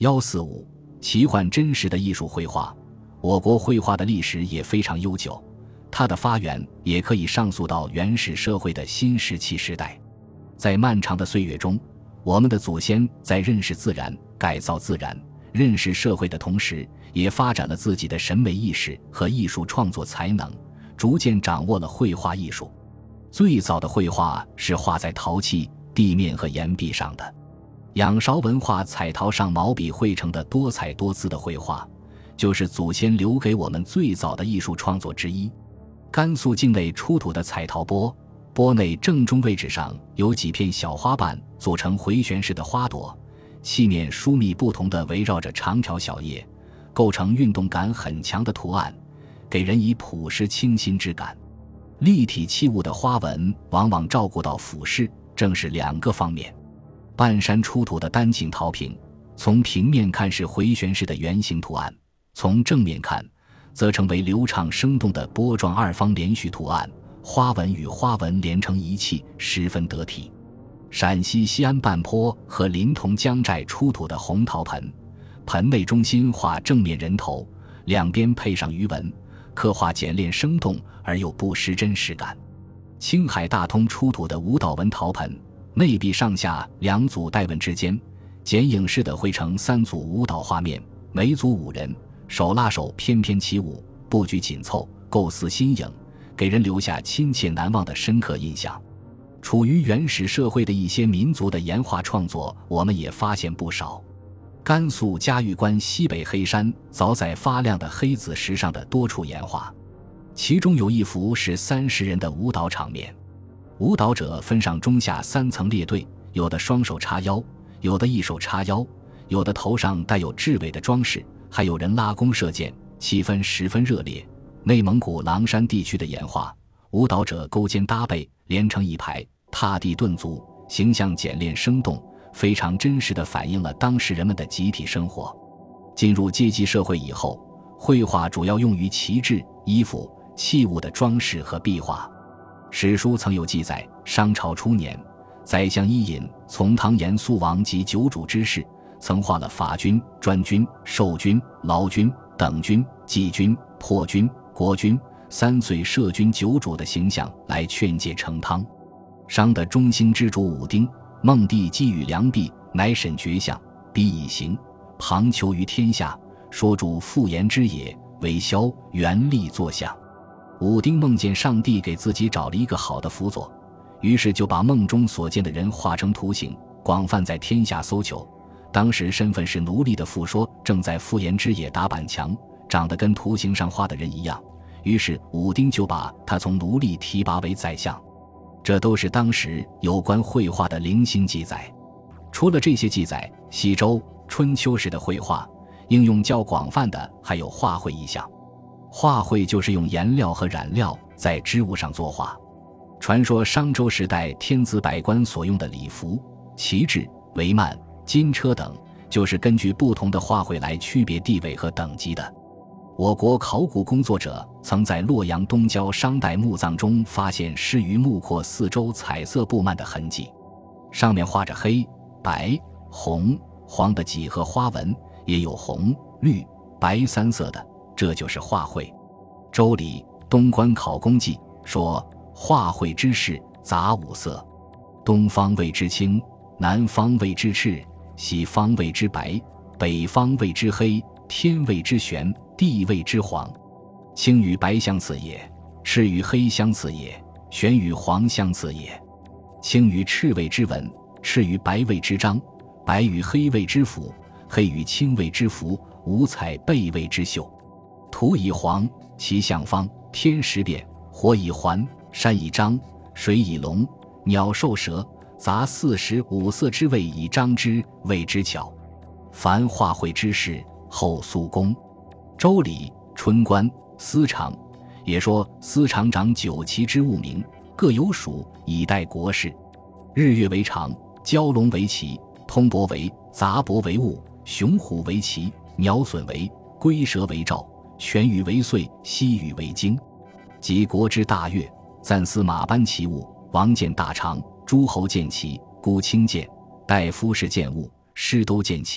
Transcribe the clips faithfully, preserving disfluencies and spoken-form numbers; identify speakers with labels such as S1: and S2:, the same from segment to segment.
S1: 一四五奇幻真实的艺术绘画。我国绘画的历史也非常悠久，它的发源也可以上溯到原始社会的新石器时代。在漫长的岁月中，我们的祖先在认识自然、改造自然、认识社会的同时，也发展了自己的审美意识和艺术创作才能，逐渐掌握了绘画艺术。最早的绘画是画在陶器、地面和岩壁上的。仰韶文化彩陶上毛笔绘成的多彩多姿的绘画，就是祖先留给我们最早的艺术创作之一。甘肃境内出土的彩陶钵，钵内正中位置上有几片小花瓣组成回旋式的花朵，器面疏密不同地围绕着长条小叶，构成运动感很强的图案，给人以朴实清新之感。立体器物的花纹往往照顾到俯视，正是两个方面。半山出土的单井陶瓶，从平面看是回旋式的圆形图案，从正面看则成为流畅生动的波状二方连续图案，花纹与花纹连成一气，十分得体。陕西西安半坡和临潼江寨出土的红陶盆，盆内中心画正面人头，两边配上鱼纹，刻画简练生动而又不失真实感。青海大通出土的舞蹈纹陶盆，内壁上下两组带纹之间，剪影式的绘成三组舞蹈画面，每组五人，手拉手翩翩起舞，布局紧凑，构思新颖，给人留下亲切难忘的深刻印象。处于原始社会的一些民族的岩画创作，我们也发现不少。甘肃嘉峪关西北黑山早在发亮的黑紫石上的多处岩画，其中有一幅是三十人的舞蹈场面。舞蹈者分上中下三层列队，有的双手叉腰，有的一手叉腰，有的头上带有雉尾的装饰，还有人拉弓射箭，气氛十分热烈。内蒙古狼山地区的岩画，舞蹈者勾肩搭背，连成一排，踏地顿足，形象简练生动，非常真实地反映了当时人们的集体生活。进入阶级社会以后，绘画主要用于旗帜、衣服、器物的装饰和壁画。史书曾有记载，商朝初年，宰相伊尹从唐延肃王及九主之事，曾画了法军、专军、授军、劳军、等军、季军、破军、国军、三岁摄军九主的形象来劝诫成汤。商的中兴之主武丁，孟帝寄予良弼，乃审绝相，彼以行，旁求于天下，说主复言之也，为萧元立作相。武丁梦见上帝给自己找了一个好的辅佐，于是就把梦中所见的人画成图形，广泛在天下搜求。当时身份是奴隶的傅说正在复言之野打板墙，长得跟图形上画的人一样，于是武丁就把他从奴隶提拔为宰相。这都是当时有关绘画的零星记载。除了这些记载，西周、春秋时的绘画应用较广泛的还有画绘一项。画绘就是用颜料和染料在织物上作画。传说商周时代天子百官所用的礼服、旗帜、帷幔、金车等，就是根据不同的画绘来区别地位和等级的。我国考古工作者曾在洛阳东郊商代墓葬中发现施于墓廓四周彩色布幔的痕迹，上面画着黑、白、红、黄的几何花纹，也有红、绿、白三色的，这就是画绘。周礼东关考工记说，画绘之事杂五色，东方谓之青，南方谓之赤，西方谓之白，北方谓之黑，天谓之玄，地谓之黄。青与白相次也，赤与黑相次也，玄与黄相次也。青与赤谓之文，赤与白谓之章，白与黑谓之符，黑与青谓之符，五彩贝谓之绣。土以黄，其象方，天时变；火以环，山以章，水以龙，鸟兽蛇杂四时五色之谓以章之，谓之巧。凡画绘之事，后苏公。周礼春官司长也说，司长掌九旗之物名，各有属，以待国事。日月为常，蛟龙为旗，通伯为，杂帛为物，雄虎为旗，鸟隼为，龟蛇为兆，全羽为岁，西羽为经。即国之大乐，赞司马班其物，王见大长，诸侯见旗，孤卿见，大夫士见物，师都见旗，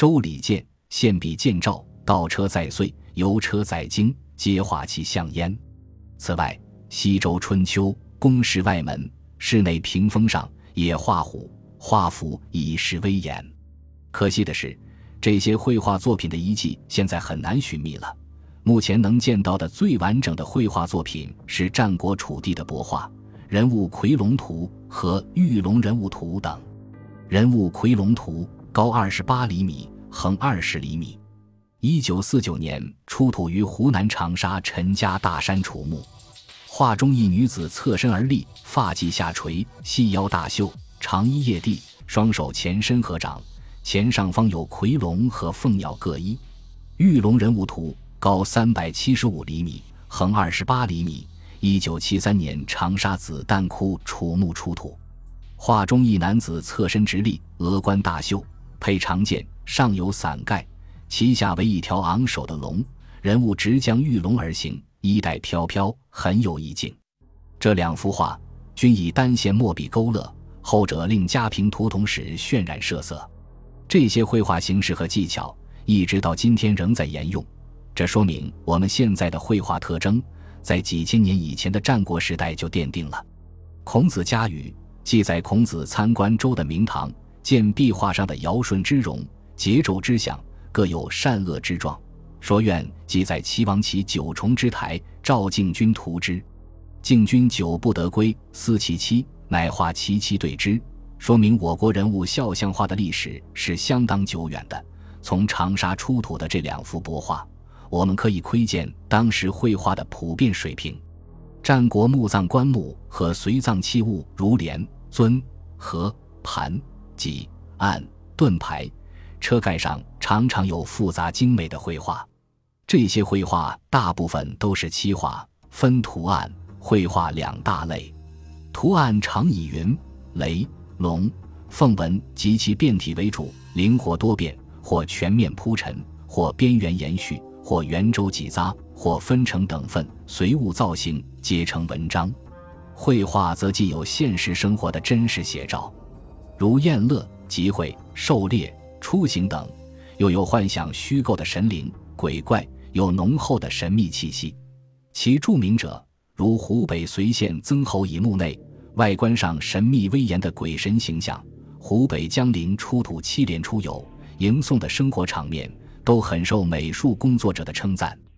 S1: 周礼见，献璧见诏，道车载岁，游车载经，皆画其象焉。此外，西周春秋宫室外门、室内屏风上也画虎、画符以示威严。可惜的是，这些绘画作品的遗迹现在很难寻觅了。目前能见到的最完整的绘画作品是战国楚地的帛画、人物夔龙图和玉龙人物图等。人物夔龙图高二十八厘米，横二十厘米。一九四九年出土于湖南长沙陈家大山楚墓。画中一女子侧身而立，发髻下垂，细腰大袖，长衣曳地，双手前伸合掌，前上方有夔龙和凤鸟各一。玉龙人物图高三百七十五厘米，横二十八厘米。一九七三年长沙子弹窟楚墓出土。画中一男子侧身直立，额冠大袖，配长剑，上有伞盖，其下为一条昂首的龙，人物直将玉龙而行，衣带飘飘，很有意境。这两幅画均以单线墨笔勾勒，后者另加平涂铜时渲染设色。这些绘画形式和技巧一直到今天仍在沿用，这说明我们现在的绘画特征在几千年以前的战国时代就奠定了。孔子家语记载孔子参观周的明堂，见壁画上的尧舜之容，桀纣之象，各有善恶之状，说愿即在齐王其九重之台，召敬君图之。敬君久不得归，思其妻，乃画其妻对之，说明我国人物肖像画的历史是相当久远的。从长沙出土的这两幅帛画，我们可以窥见当时绘画的普遍水平。战国墓葬棺木和随葬器物如帘、尊、盒、盘、戟、案、盾牌、车盖上常常有复杂精美的绘画。这些绘画大部分都是漆画，分图案、绘画两大类。图案常以云、雷、龙、凤纹及其变体为主，灵活多变，或全面铺陈，或边缘延续，或圆周挤扎，或分成等份，随物造型，皆成文章。绘画则既有现实生活的真实写照，如宴乐、集会、狩猎、出行等，又有幻想虚构的神灵、鬼怪，有浓厚的神秘气息。其著名者如湖北随县曾侯乙墓内外观上神秘威严的鬼神形象，湖北江陵出土七连出游、迎送的生活场面，都很受美术工作者的称赞。